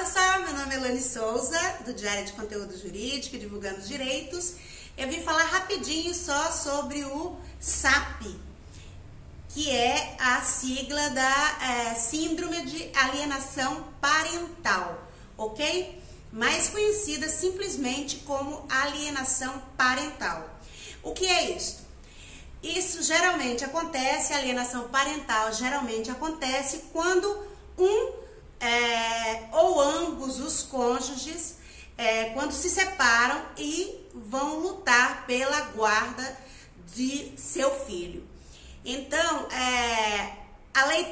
pessoal, meu nome é Elane Souza, do Diário de Conteúdo Jurídico, divulgando os direitos. Eu vim falar rapidinho só sobre o SAP, que é a sigla da Síndrome de Alienação Parental, ok? Mais conhecida simplesmente como alienação parental. O que é isso? Isso geralmente acontece, a alienação parental geralmente acontece quando ou ambos os cônjuges, quando se separam e vão lutar pela guarda de seu filho. Então, a Lei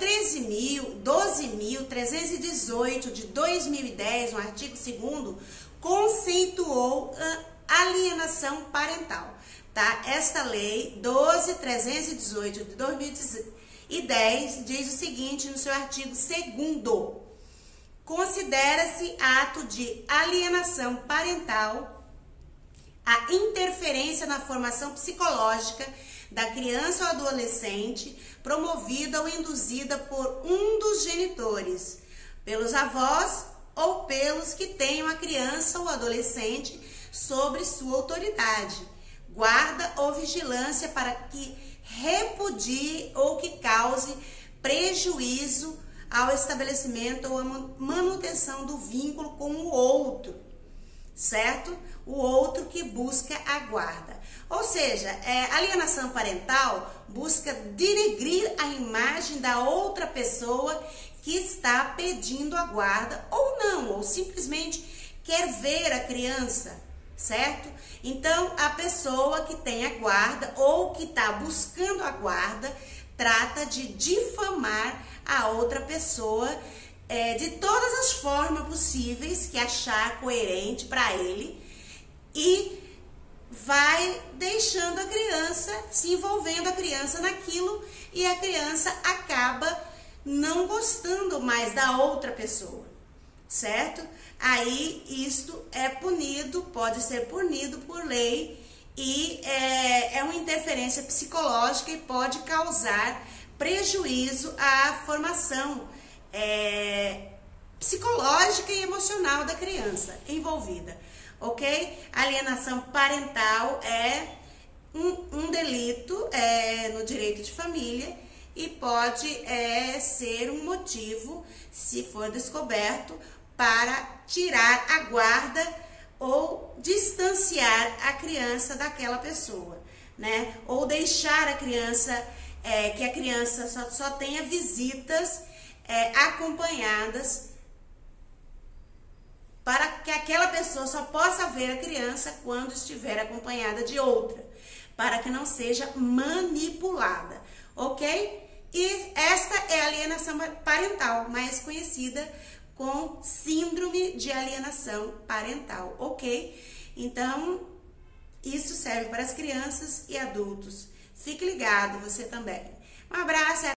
12.318 de 2010, no artigo 2º, conceituou a alienação parental, tá? Esta lei 12.318 de 2010 diz o seguinte no seu artigo 2º: considera-se ato de alienação parental a interferência na formação psicológica da criança ou adolescente promovida ou induzida por um dos genitores, pelos avós ou pelos que tenham a criança ou adolescente sobre sua autoridade, guarda ou vigilância para que repudie ou que cause prejuízo ao estabelecimento ou à manutenção do vínculo com o outro, certo? O outro que busca a guarda. Ou seja, a alienação parental busca denegrir a imagem da outra pessoa que está pedindo a guarda ou não, ou simplesmente quer ver a criança, certo? Então, a pessoa que tem a guarda ou que está buscando a guarda trata de difamar a outra pessoa de todas as formas possíveis que achar coerente para ele e vai deixando a criança, se envolvendo a criança naquilo e a criança acaba não gostando mais da outra pessoa, certo? Aí isto é punido, pode ser punido por lei e é uma interferência psicológica e pode causar prejuízo à formação psicológica e emocional da criança envolvida, ok? Alienação parental é um delito no direito de família e pode ser um motivo, se for descoberto, para tirar a guarda ou distanciar a criança daquela pessoa, né? Ou deixar a criança, que a criança só tenha visitas acompanhadas, para que aquela pessoa só possa ver a criança quando estiver acompanhada de outra, para que não seja manipulada, ok? E esta é a alienação parental, mais conhecida com síndrome de alienação parental, ok? Então, isso serve para as crianças e adultos. Fique ligado, você também. Um abraço.